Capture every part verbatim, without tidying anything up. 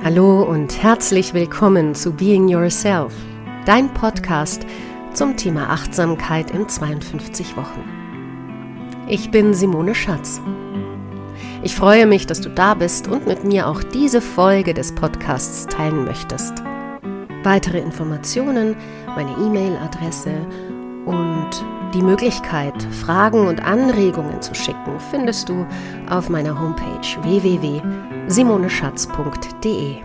Hallo und herzlich willkommen zu Being Yourself, dein Podcast zum Thema Achtsamkeit in zweiundfünfzig Wochen. Ich bin Simone Schatz. Ich freue mich, dass du da bist und mit mir auch diese Folge des Podcasts teilen möchtest. Weitere Informationen, meine E-Mail-Adresse und die Möglichkeit, Fragen und Anregungen zu schicken, findest du auf meiner Homepage w w w punkt simoneschatz punkt d e.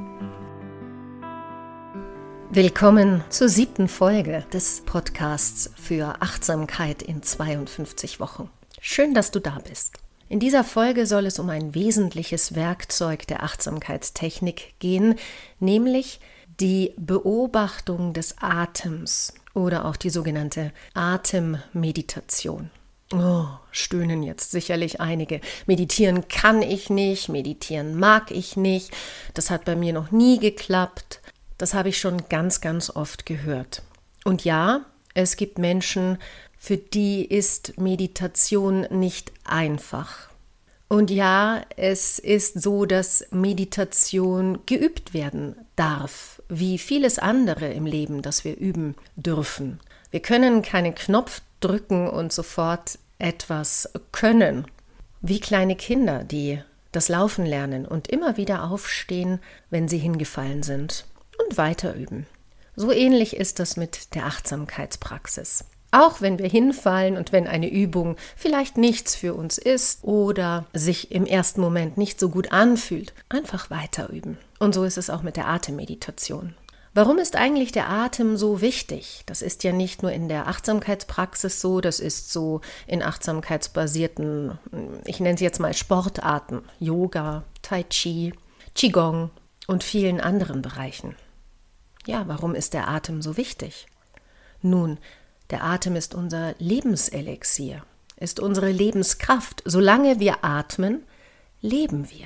Willkommen zur siebten Folge des Podcasts für Achtsamkeit in zweiundfünfzig Wochen. Schön, dass du da bist. In dieser Folge soll es um ein wesentliches Werkzeug der Achtsamkeitstechnik gehen, nämlich die Beobachtung des Atems oder auch die sogenannte Atemmeditation. Oh, stöhnen jetzt sicherlich einige. Meditieren kann ich nicht, meditieren mag ich nicht, das hat bei mir noch nie geklappt. Das habe ich schon ganz, ganz oft gehört. Und ja, es gibt Menschen, für die ist Meditation nicht einfach. Und ja, es ist so, dass Meditation geübt werden darf, wie vieles andere im Leben, das wir üben dürfen. Wir können keinen Knopf drücken und sofort etwas können. Wie kleine Kinder, die das Laufen lernen und immer wieder aufstehen, wenn sie hingefallen sind und weiter üben. So ähnlich ist das mit der Achtsamkeitspraxis. Auch wenn wir hinfallen und wenn eine Übung vielleicht nichts für uns ist oder sich im ersten Moment nicht so gut anfühlt, einfach weiter üben. Und so ist es auch mit der Atemmeditation. Warum ist eigentlich der Atem so wichtig? Das ist ja nicht nur in der Achtsamkeitspraxis so, das ist so in achtsamkeitsbasierten, ich nenne sie jetzt mal Sportarten, Yoga, Tai Chi, Qigong und vielen anderen Bereichen. Ja, warum ist der Atem so wichtig? Nun, der Atem ist unser Lebenselixier, ist unsere Lebenskraft. Solange wir atmen, leben wir.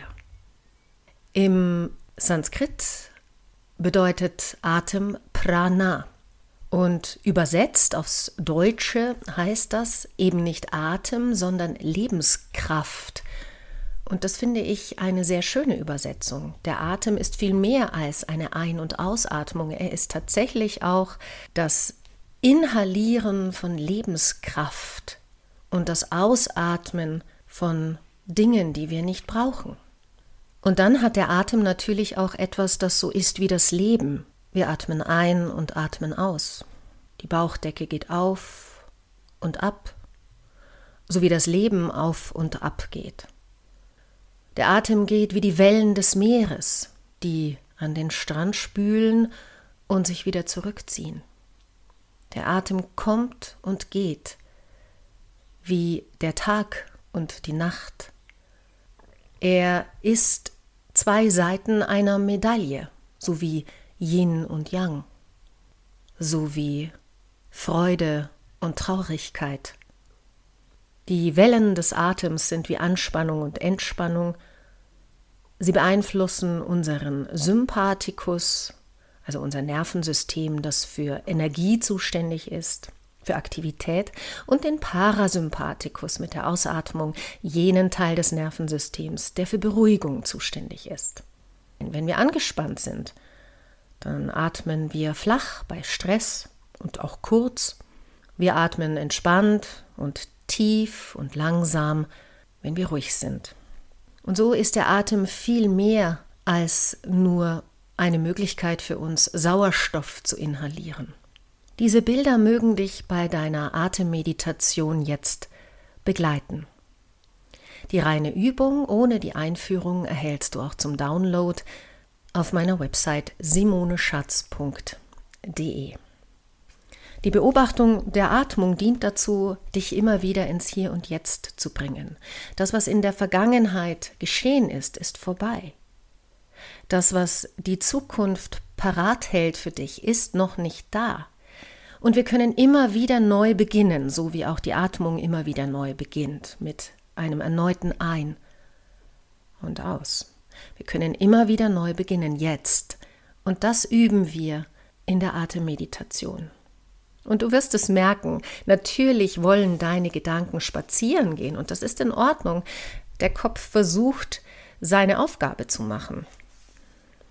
Im Sanskrit bedeutet Atem Prana und übersetzt aufs Deutsche heißt das eben nicht Atem, sondern Lebenskraft. Und das finde ich eine sehr schöne Übersetzung. Der Atem ist viel mehr als eine Ein- und Ausatmung. Er ist tatsächlich auch das Inhalieren von Lebenskraft und das Ausatmen von Dingen, die wir nicht brauchen. Und dann hat der Atem natürlich auch etwas, das so ist wie das Leben. Wir atmen ein und atmen aus. Die Bauchdecke geht auf und ab, so wie das Leben auf und ab geht. Der Atem geht wie die Wellen des Meeres, die an den Strand spülen und sich wieder zurückziehen. Der Atem kommt und geht, wie der Tag und die Nacht. Er ist zwei Seiten einer Medaille, so wie Yin und Yang, so wie Freude und Traurigkeit. Die Wellen des Atems sind wie Anspannung und Entspannung. Sie beeinflussen unseren Sympathikus, also unser Nervensystem, das für Energie zuständig ist, für Aktivität, und den Parasympathikus mit der Ausatmung, jenen Teil des Nervensystems, der für Beruhigung zuständig ist. Wenn wir angespannt sind, dann atmen wir flach bei Stress und auch kurz. Wir atmen entspannt und tief und langsam, wenn wir ruhig sind. Und so ist der Atem viel mehr als nur eine Möglichkeit für uns, Sauerstoff zu inhalieren. Diese Bilder mögen dich bei deiner Atemmeditation jetzt begleiten. Die reine Übung ohne die Einführung erhältst du auch zum Download auf meiner Website simoneschatz punkt d e. Die Beobachtung der Atmung dient dazu, dich immer wieder ins Hier und Jetzt zu bringen. Das, was in der Vergangenheit geschehen ist, ist vorbei. Das, was die Zukunft parat hält für dich, ist noch nicht da. Und wir können immer wieder neu beginnen, so wie auch die Atmung immer wieder neu beginnt, mit einem erneuten Ein- und Aus. Wir können immer wieder neu beginnen, jetzt. Und das üben wir in der Atemmeditation. Und du wirst es merken, natürlich wollen deine Gedanken spazieren gehen und das ist in Ordnung. Der Kopf versucht, seine Aufgabe zu machen.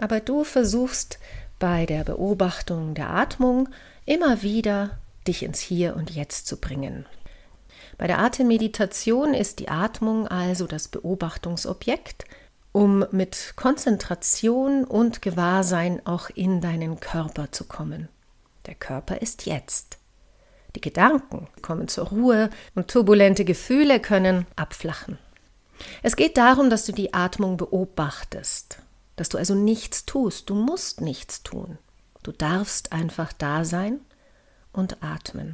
Aber du versuchst bei der Beobachtung der Atmung immer wieder dich ins Hier und Jetzt zu bringen. Bei der Atemmeditation ist die Atmung also das Beobachtungsobjekt, um mit Konzentration und Gewahrsein auch in deinen Körper zu kommen. Der Körper ist jetzt. Die Gedanken kommen zur Ruhe und turbulente Gefühle können abflachen. Es geht darum, dass du die Atmung beobachtest, dass du also nichts tust. Du musst nichts tun. Du darfst einfach da sein und atmen.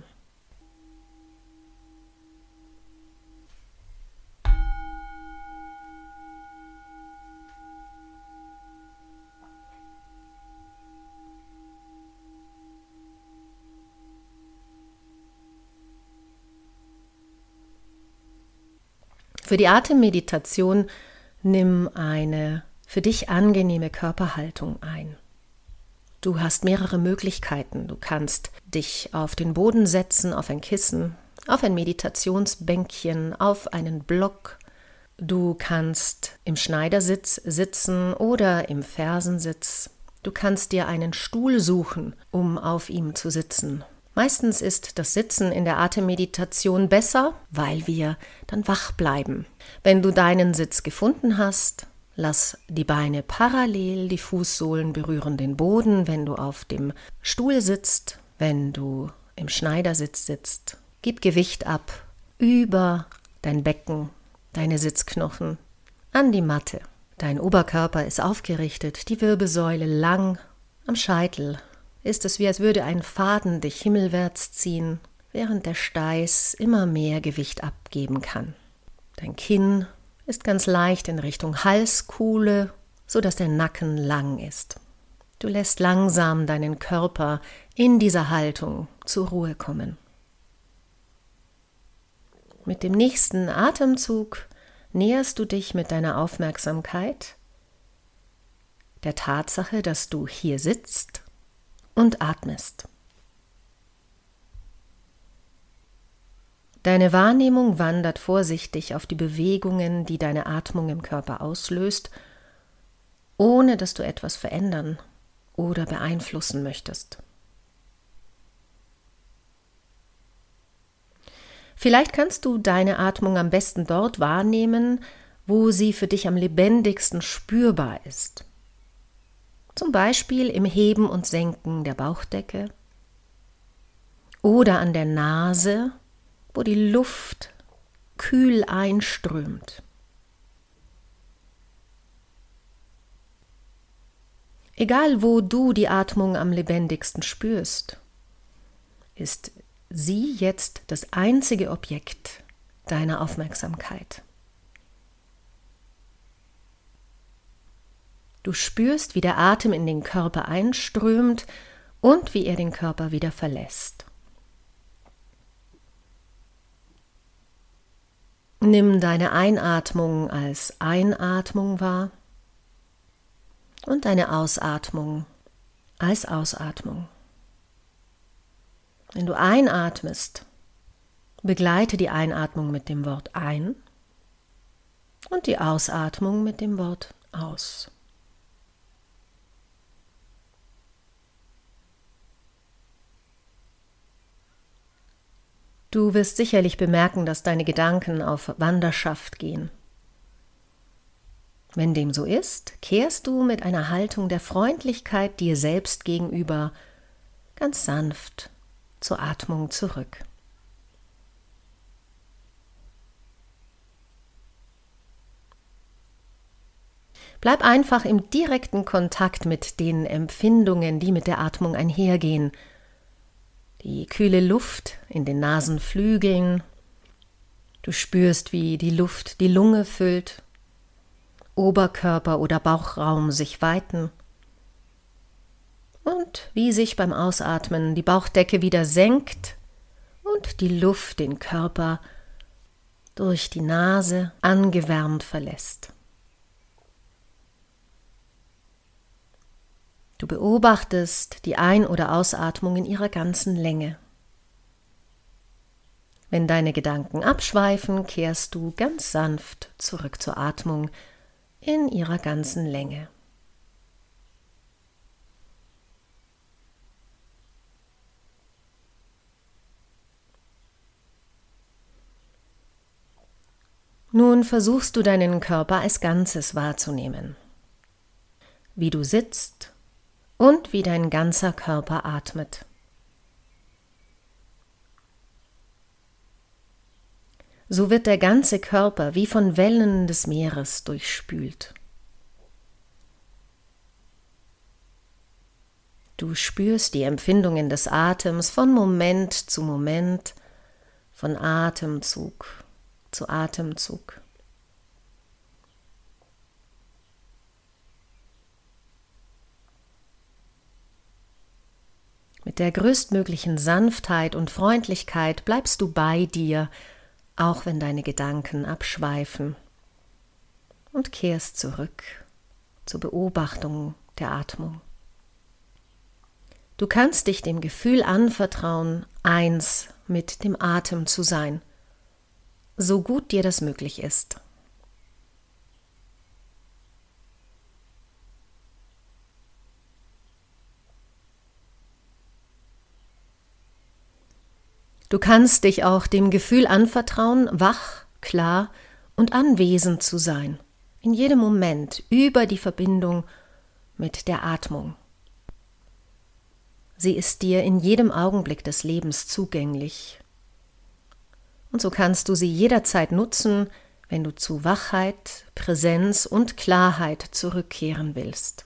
Für die Atemmeditation nimm eine für dich angenehme Körperhaltung ein. Du hast mehrere Möglichkeiten. Du kannst dich auf den Boden setzen, auf ein Kissen, auf ein Meditationsbänkchen, auf einen Block. Du kannst im Schneidersitz sitzen oder im Fersensitz. Du kannst dir einen Stuhl suchen, um auf ihm zu sitzen. Meistens ist das Sitzen in der Atemmeditation besser, weil wir dann wach bleiben. Wenn du deinen Sitz gefunden hast, lass die Beine parallel, die Fußsohlen berühren den Boden, wenn du auf dem Stuhl sitzt, wenn du im Schneidersitz sitzt. Gib Gewicht ab über dein Becken, deine Sitzknochen, an die Matte. Dein Oberkörper ist aufgerichtet, die Wirbelsäule lang, am Scheitel ist es, wie als würde ein Faden dich himmelwärts ziehen, während der Steiß immer mehr Gewicht abgeben kann. Dein Kinn ist ganz leicht in Richtung Halskuhle, sodass der Nacken lang ist. Du lässt langsam deinen Körper in dieser Haltung zur Ruhe kommen. Mit dem nächsten Atemzug näherst du dich mit deiner Aufmerksamkeit der Tatsache, dass du hier sitzt und atmest. Deine Wahrnehmung wandert vorsichtig auf die Bewegungen, die deine Atmung im Körper auslöst, ohne dass du etwas verändern oder beeinflussen möchtest. Vielleicht kannst du deine Atmung am besten dort wahrnehmen, wo sie für dich am lebendigsten spürbar ist. Zum Beispiel im Heben und Senken der Bauchdecke oder an der Nase, wo die Luft kühl einströmt. Egal, wo du die Atmung am lebendigsten spürst, ist sie jetzt das einzige Objekt deiner Aufmerksamkeit. Du spürst, wie der Atem in den Körper einströmt und wie er den Körper wieder verlässt. Nimm deine Einatmung als Einatmung wahr und deine Ausatmung als Ausatmung. Wenn du einatmest, begleite die Einatmung mit dem Wort ein und die Ausatmung mit dem Wort aus. Du wirst sicherlich bemerken, dass deine Gedanken auf Wanderschaft gehen. Wenn dem so ist, kehrst du mit einer Haltung der Freundlichkeit dir selbst gegenüber ganz sanft zur Atmung zurück. Bleib einfach im direkten Kontakt mit den Empfindungen, die mit der Atmung einhergehen. Die kühle Luft in den Nasenflügeln. Du spürst, wie die Luft die Lunge füllt, Oberkörper oder Bauchraum sich weiten und wie sich beim Ausatmen die Bauchdecke wieder senkt und die Luft den Körper durch die Nase angewärmt verlässt. Du beobachtest die Ein- oder Ausatmung in ihrer ganzen Länge. Wenn deine Gedanken abschweifen, kehrst du ganz sanft zurück zur Atmung in ihrer ganzen Länge. Nun versuchst du deinen Körper als Ganzes wahrzunehmen, wie du sitzt und wie dein ganzer Körper atmet. So wird der ganze Körper wie von Wellen des Meeres durchspült. Du spürst die Empfindungen des Atems von Moment zu Moment, von Atemzug zu Atemzug. Mit der größtmöglichen Sanftheit und Freundlichkeit bleibst du bei dir, auch wenn deine Gedanken abschweifen, und kehrst zurück zur Beobachtung der Atmung. Du kannst dich dem Gefühl anvertrauen, eins mit dem Atem zu sein, so gut dir das möglich ist. Du kannst dich auch dem Gefühl anvertrauen, wach, klar und anwesend zu sein, in jedem Moment über die Verbindung mit der Atmung. Sie ist dir in jedem Augenblick des Lebens zugänglich. Und so kannst du sie jederzeit nutzen, wenn du zu Wachheit, Präsenz und Klarheit zurückkehren willst.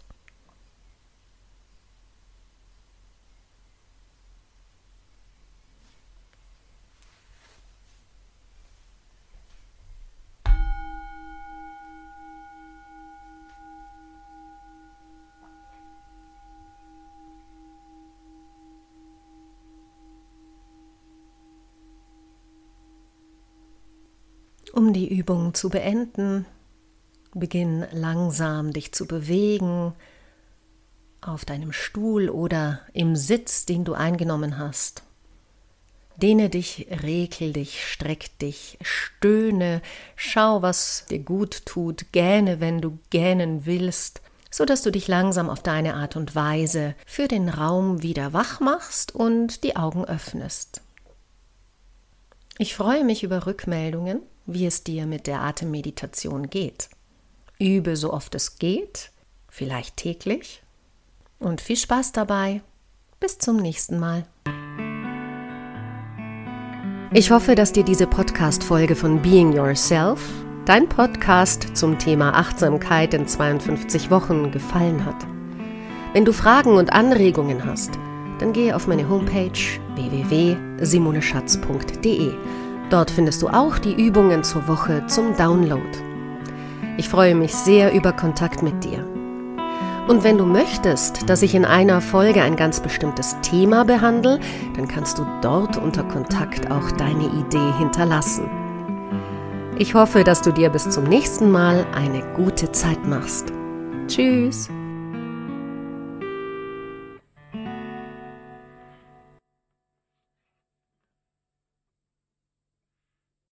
Um die Übung zu beenden, beginn langsam dich zu bewegen auf deinem Stuhl oder im Sitz, den du eingenommen hast. Dehne dich, regel dich, streck dich, stöhne, schau, was dir gut tut, gähne, wenn du gähnen willst, so dass du dich langsam auf deine Art und Weise für den Raum wieder wach machst und die Augen öffnest. Ich freue mich über Rückmeldungen, wie es dir mit der Atemmeditation geht. Übe so oft es geht, vielleicht täglich, und viel Spaß dabei. Bis zum nächsten Mal. Ich hoffe, dass dir diese Podcast-Folge von Being Yourself, dein Podcast zum Thema Achtsamkeit in zweiundfünfzig Wochen, gefallen hat. Wenn du Fragen und Anregungen hast, dann gehe auf meine Homepage w w w punkt simone schatz punkt d e. Dort findest du auch die Übungen zur Woche zum Download. Ich freue mich sehr über Kontakt mit dir. Und wenn du möchtest, dass ich in einer Folge ein ganz bestimmtes Thema behandle, dann kannst du dort unter Kontakt auch deine Idee hinterlassen. Ich hoffe, dass du dir bis zum nächsten Mal eine gute Zeit machst. Tschüss!